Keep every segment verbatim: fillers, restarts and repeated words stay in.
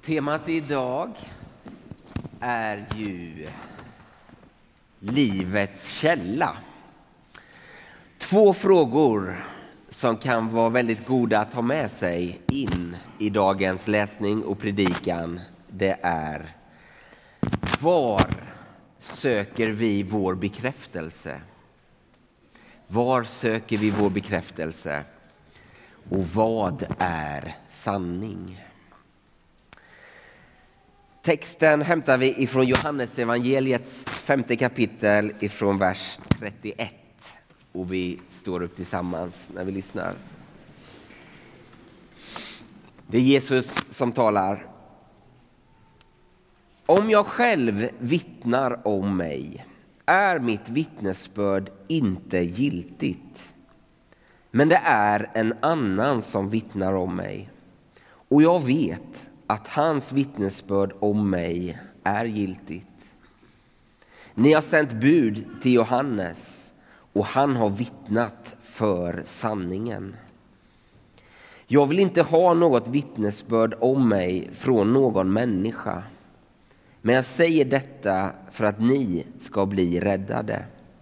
Temat idag är ju livets källa. Två frågor som kan vara väldigt goda att ha med sig in i dagens läsning och predikan. Det är: var söker vi vår bekräftelse? Var söker vi vår bekräftelse? Och vad är sanning? Texten hämtar vi ifrån Johannes evangeliets femte kapitel ifrån vers trettioett. Och vi står upp tillsammans när vi lyssnar. Det är Jesus som talar. Om jag själv vittnar om mig är mitt vittnesbörd inte giltigt. Men det är en annan som vittnar om mig. Och jag vet att hans vittnesbörd om mig är giltigt. Ni har sänt bud till Johannes och han har vittnat för sanningen. Jag vill inte ha något vittnesbörd om mig från någon människa. Men jag säger detta för att ni ska bli räddade.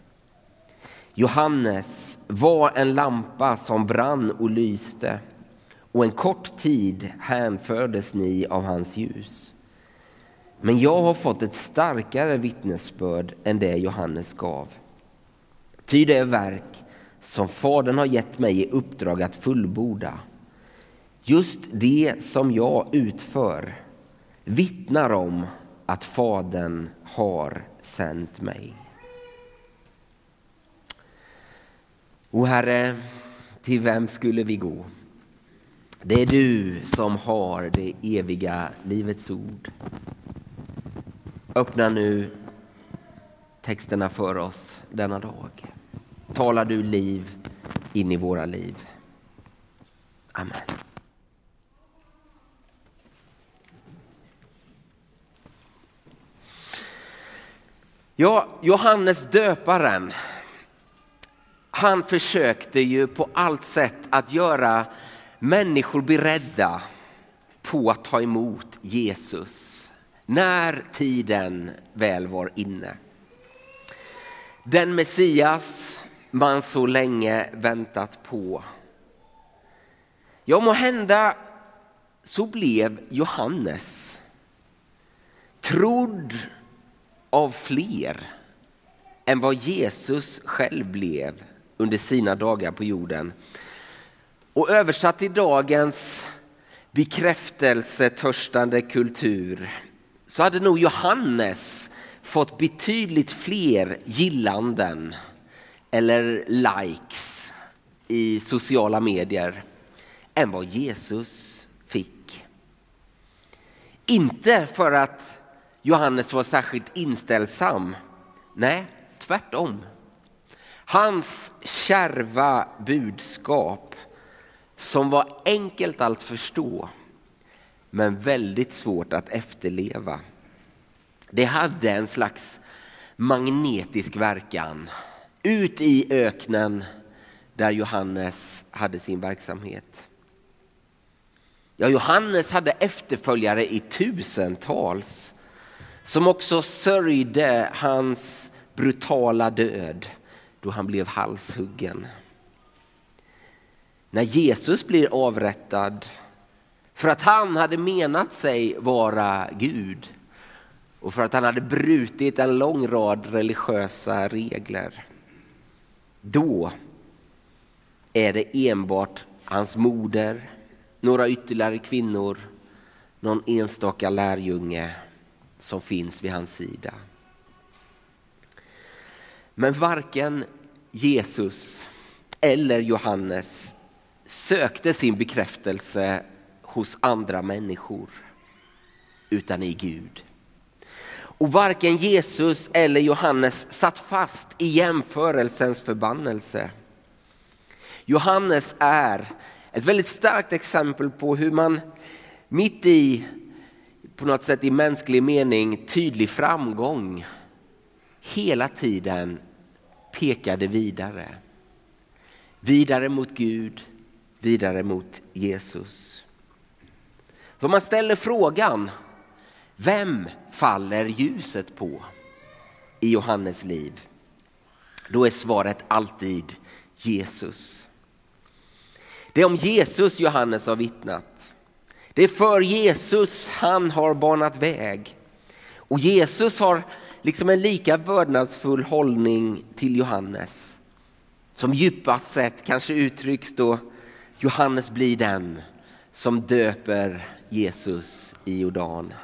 Johannes var en lampa som brann och lyste, och en kort tid hänfördes ni av hans ljus. Men jag har fått ett starkare vittnesbörd än det Johannes gav. Ty det är verk som Fadern har gett mig i uppdrag att fullborda. Just det som jag utför vittnar om att Fadern har sänt mig. O Herre, till vem skulle vi gå? Det är du som har det eviga livets ord. Öppna nu texterna för oss denna dag. Talar du liv in i våra liv. Amen. Ja, Johannes döparen, han försökte ju på allt sätt att göra människor beredda på att ta emot Jesus när tiden väl var inne. Den Messias man så länge väntat på. Ja, må hända så blev Johannes trodd av fler än vad Jesus själv blev under sina dagar på jorden. Och översatt till dagens bekräftelsetörstande kultur så hade nog Johannes fått betydligt fler gillanden eller likes i sociala medier än vad Jesus fick. Inte för att Johannes var särskilt inställsam. Nej, tvärtom. Hans kärva budskap, som var enkelt att förstå men väldigt svårt att efterleva, det hade en slags magnetisk verkan ut i öknen där Johannes hade sin verksamhet. Ja, Johannes hade efterföljare i tusentals som också sörjde hans brutala död då han blev halshuggen. När Jesus blir avrättad för att han hade menat sig vara Gud och för att han hade brutit en lång rad religiösa regler, då är det enbart hans moder, några ytterligare kvinnor, någon enstaka lärjunge som finns vid hans sida. Men varken Jesus eller Johannes sökte sin bekräftelse hos andra människor utan i Gud. Och varken Jesus eller Johannes satt fast i jämförelsens förbannelse. Johannes är ett väldigt starkt exempel på hur man mitt i, på något sätt i mänsklig mening, tydlig framgång hela tiden pekade vidare. Vidare mot Gud, vidare mot Jesus. Då man ställer frågan, vem faller ljuset på i Johannes liv? Då är svaret alltid Jesus. Det är om Jesus Johannes har vittnat. Det är för Jesus han har banat väg. Och Jesus har liksom en lika vördnadsfull hållning till Johannes. Som djupast sett kanske uttrycks då Johannes blir den som döper Jesus i Jordan.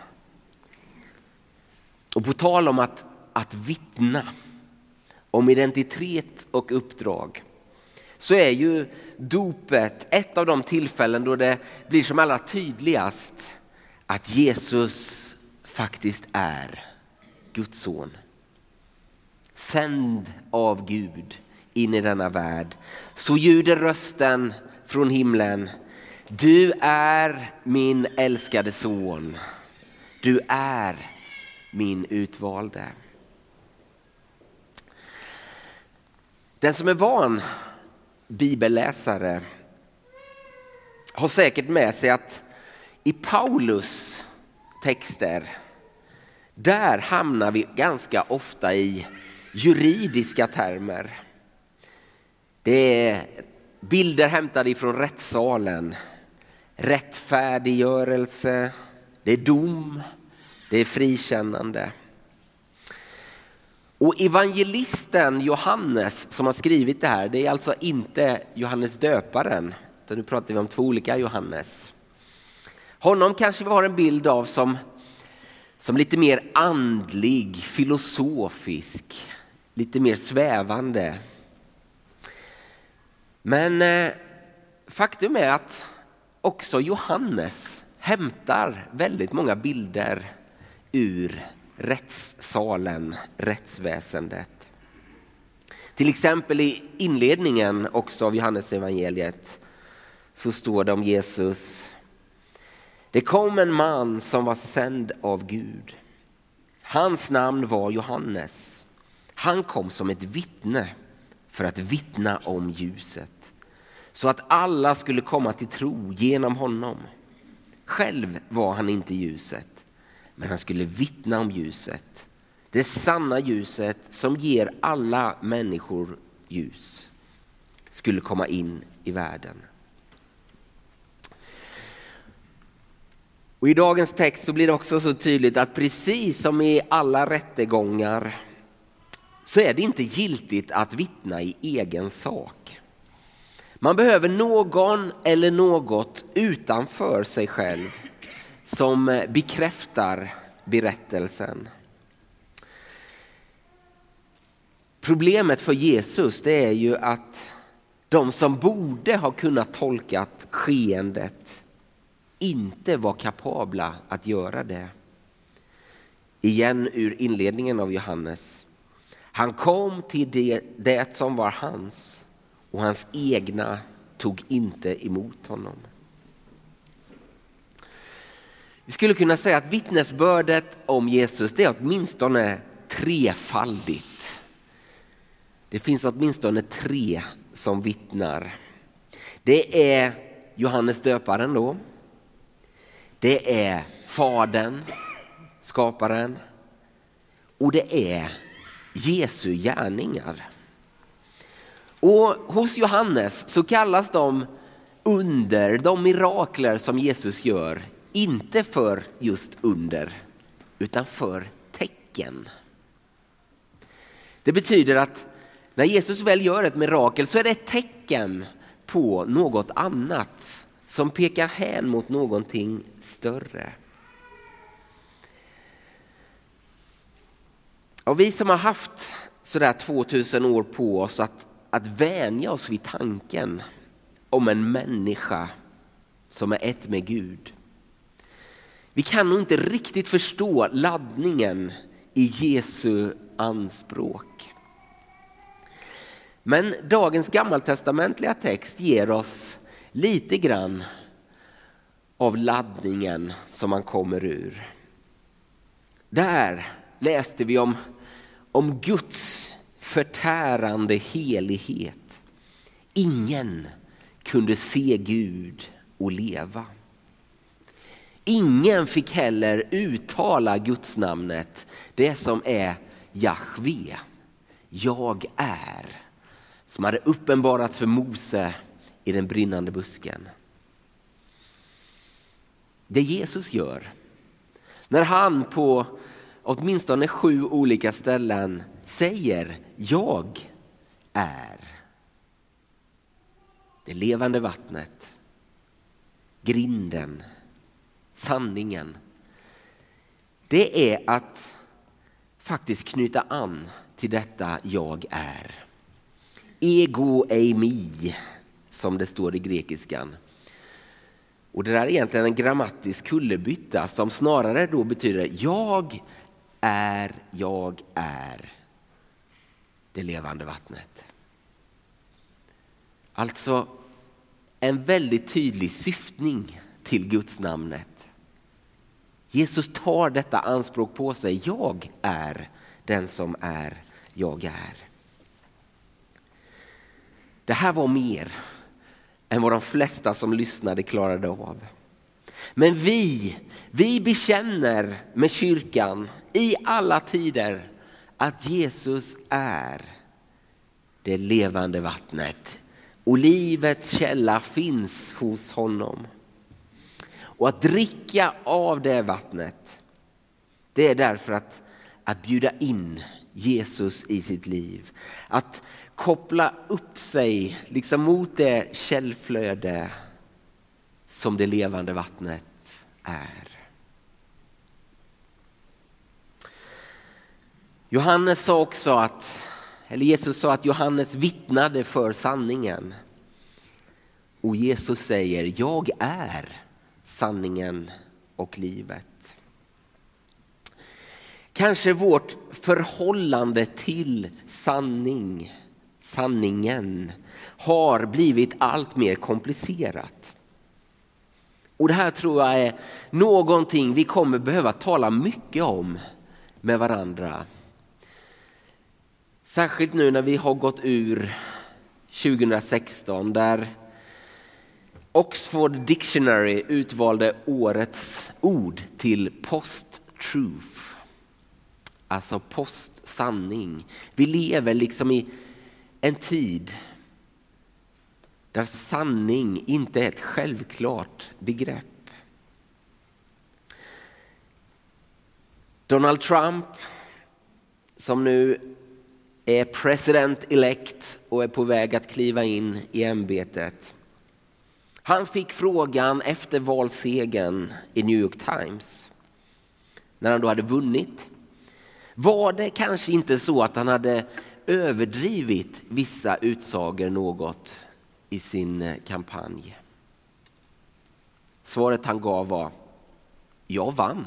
Och på tal om att, att vittna om identitet och uppdrag, så är ju dopet ett av de tillfällen då det blir som allra tydligast att Jesus faktiskt är Guds son. Sänd av Gud in i denna värld. Så ljuder rösten från himlen: du är min älskade son. Du är min utvalde. Den som är van bibelläsare har säkert med sig att i Paulus texter, där hamnar vi ganska ofta i juridiska termer. Det är bilder hämtade från rättssalen, rättfärdiggörelse, det är dom, det är frikännande. Och evangelisten Johannes som har skrivit det här, det är alltså inte Johannes döparen, utan nu pratar vi om två olika Johannes. Honom kanske vi har en bild av som, som lite mer andlig, filosofisk, lite mer svävande. Men eh, faktum är att också Johannes hämtar väldigt många bilder ur rättssalen, rättsväsendet. Till exempel i inledningen också av Johannes evangeliet så står det om Jesus: det kom en man som var sänd av Gud. Hans namn var Johannes. Han kom som ett vittne för att vittna om ljuset, så att alla skulle komma till tro genom honom. Själv var han inte ljuset, men han skulle vittna om ljuset. Det sanna ljuset som ger alla människor ljus skulle komma in i världen. Och i dagens text så blir det också så tydligt att precis som i alla rättegångar så är det inte giltigt att vittna i egen sak. Man behöver någon eller något utanför sig själv som bekräftar berättelsen. Problemet för Jesus, det är ju att de som borde ha kunnat tolkat skeendet inte var kapabla att göra det. Igen ur inledningen av Johannes. Han kom till det, det som var hans, och hans egna tog inte emot honom. Vi skulle kunna säga att vittnesbördet om Jesus, det är åtminstone trefaldigt. Det finns åtminstone tre som vittnar. Det är Johannes döparen då. Det är Fadern, skaparen. Och det är Jesu gärningar. Och hos Johannes så kallas de under, de mirakler som Jesus gör, inte för just under, utan för tecken. Det betyder att när Jesus väl gör ett mirakel så är det ett tecken på något annat som pekar hän mot någonting större. Och vi som har haft sådär tvåtusen år på oss att, att vänja oss vid tanken om en människa som är ett med Gud. Vi kan nog inte riktigt förstå laddningen i Jesu anspråk. Men dagens gammaltestamentliga text ger oss lite grann av laddningen som man kommer ur. Där läste vi om, om Guds förtärande helighet. Ingen kunde se Gud och leva. Ingen fick heller uttala Guds namnet, det som är Jahve, jag är, som hade uppenbarats för Mose i den brinnande busken. Det Jesus gör när han på åtminstone sju olika ställen säger jag är, det levande vattnet, grinden, sanningen, det är att faktiskt knyta an till detta jag är. Ego eimi, som det står i grekiskan. Och det där är egentligen en grammatisk kullerbytta som snarare då betyder jag är, jag är det levande vattnet. Alltså en väldigt tydlig syftning till Guds namnet. Jesus tar detta anspråk på sig. Jag är den som är, jag är. Det här var mer än vad de flesta som lyssnade klarade av. Men vi, vi bekänner med kyrkan i alla tider att Jesus är det levande vattnet. Och livets källa finns hos honom. Och att dricka av det vattnet, det är därför att, att bjuda in Jesus i sitt liv. Att koppla upp sig liksom mot det källflöde som det levande vattnet är. Johannes sa också att, eller Jesus sa att Johannes vittnade för sanningen. Och Jesus säger, jag är sanningen och livet. Kanske vårt förhållande till sanning, sanningen har blivit allt mer komplicerat. Och det här tror jag är någonting vi kommer behöva tala mycket om med varandra. Särskilt nu när vi har gått ur tjugohundrasexton där Oxford Dictionary utvalde årets ord till post-truth. Alltså post-sanning. Vi lever liksom i en tid där sanning inte är ett självklart begrepp. Donald Trump, som nu är president-elect och är på väg att kliva in i ämbetet. Han fick frågan efter valsegern i New York Times, när han då hade vunnit. Var det kanske inte så att han hade överdrivit vissa utsagor något i sin kampanj? Svaret han gav var, jag vann.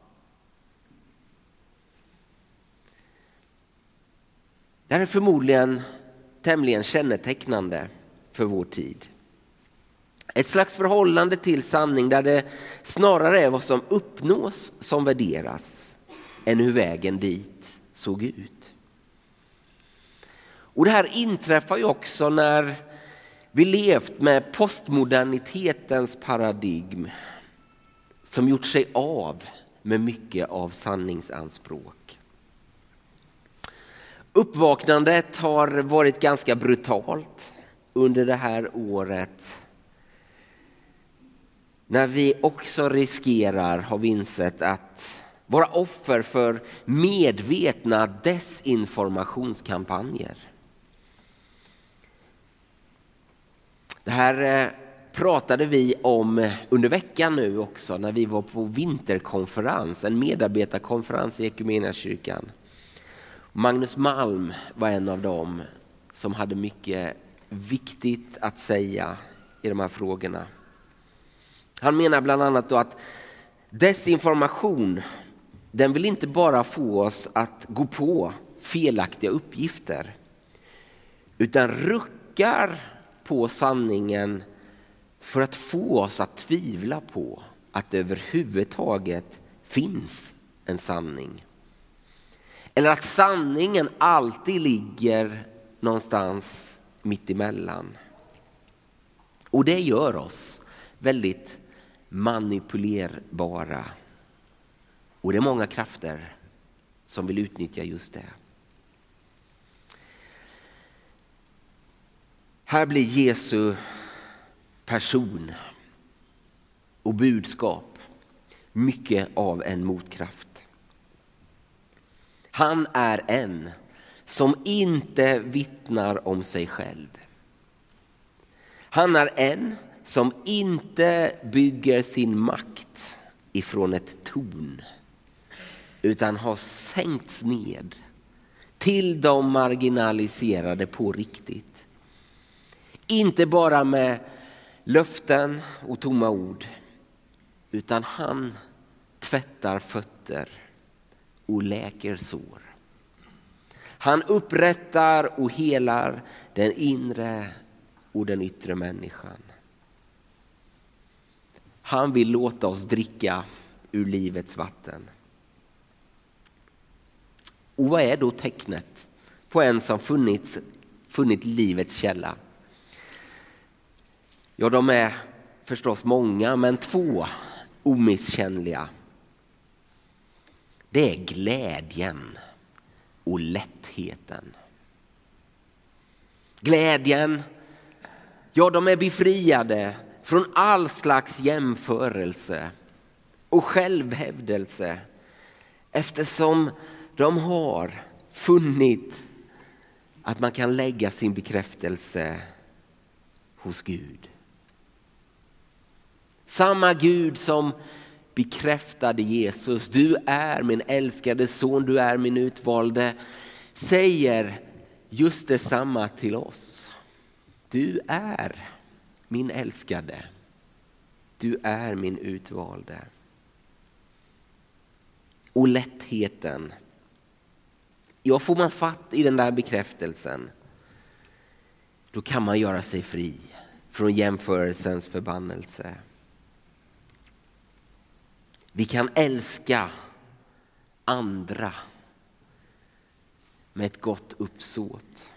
Det här är förmodligen tämligen kännetecknande för vår tid. Ett slags förhållande till sanning där det snarare är vad som uppnås som värderas än hur vägen dit såg ut. Och det här inträffar ju också när vi levt med postmodernitetens paradigm som gjort sig av med mycket av sanningsanspråk. Uppvaknandet har varit ganska brutalt under det här året. När vi också riskerar, har vi insett, att vara offer för medvetna desinformationskampanjer. Det här pratade vi om under veckan nu också när vi var på vinterkonferens, en medarbetarkonferens i Equmeniakyrkan. Magnus Malm var en av dem som hade mycket viktigt att säga i de här frågorna. Han menar bland annat då att desinformation, den vill inte bara få oss att gå på felaktiga uppgifter, utan ruckar på sanningen för att få oss att tvivla på att det överhuvudtaget finns en sanning. Eller att sanningen alltid ligger någonstans mitt emellan. Och det gör oss väldigt manipulerbara. Och det är många krafter som vill utnyttja just det. Här blir Jesu person och budskap mycket av en motkraft. Han är en som inte vittnar om sig själv. Han är en som inte bygger sin makt ifrån ett torn, utan har sänkts ned till de marginaliserade på riktigt. Inte bara med löften och tomma ord, utan han tvättar fötter och läker sår. Han upprättar och helar den inre och den yttre människan. Han vill låta oss dricka ur livets vatten. Och vad är då tecknet på en som funnit, funnit livets källa? Ja, de är förstås många, men två omisskännliga. Det är glädjen och lättheten. Glädjen, ja, de är befriade från all slags jämförelse och självhävdelse, eftersom de har funnit att man kan lägga sin bekräftelse hos Gud. Samma Gud som bekräftade Jesus, du är min älskade son, du är min utvalde, säger just detsamma till oss. Du är min älskade, du är min utvalde. Och lättheten, ja, får man fatt i den där bekräftelsen, då kan man göra sig fri från jämförelsens förbannelse. Vi kan älska andra med ett gott uppsåt.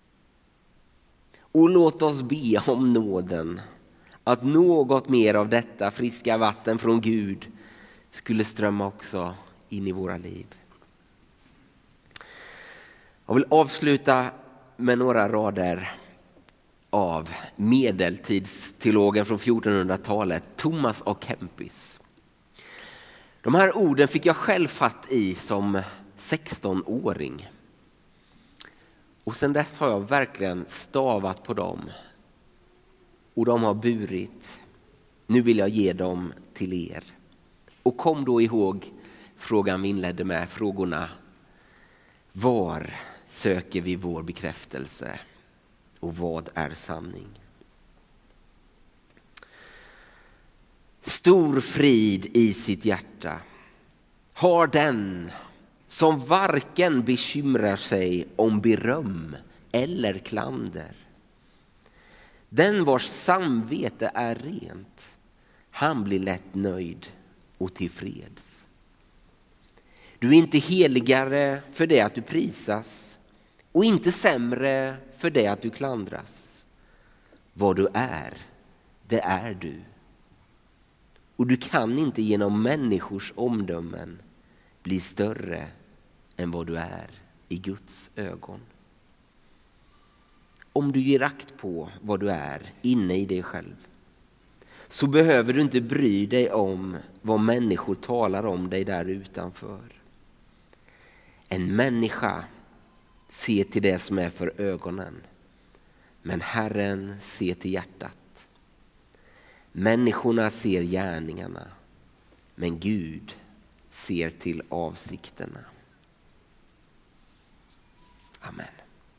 Och låt oss be om nåden att något mer av detta friska vatten från Gud skulle strömma också in i våra liv. Jag vill avsluta med några rader av medeltidsteologen från fjortonhundratalet, Thomas A. Kempis. De här orden fick jag själv fatt i som sextonåring. Och sedan dess har jag verkligen stavat på dem. Och de har burit. Nu vill jag ge dem till er. Och kom då ihåg frågan vi inledde med, frågorna. Var söker vi vår bekräftelse? Och vad är sanning? Stor frid i sitt hjärta har den som varken bekymrar sig om beröm eller klander. Den vars samvete är rent, han blir lätt nöjd och tillfreds. Du är inte heligare för det att du prisas och inte sämre för det att du klandras. Vad du är, det är du. Och du kan inte genom människors omdömen bli större än vad du är i Guds ögon. Om du ger akt på vad du är inne i dig själv, så behöver du inte bry dig om vad människor talar om dig där utanför. En människa ser till det som är för ögonen, men Herren ser till hjärtat. Människorna ser gärningarna, men Gud ser till avsikterna. Amen.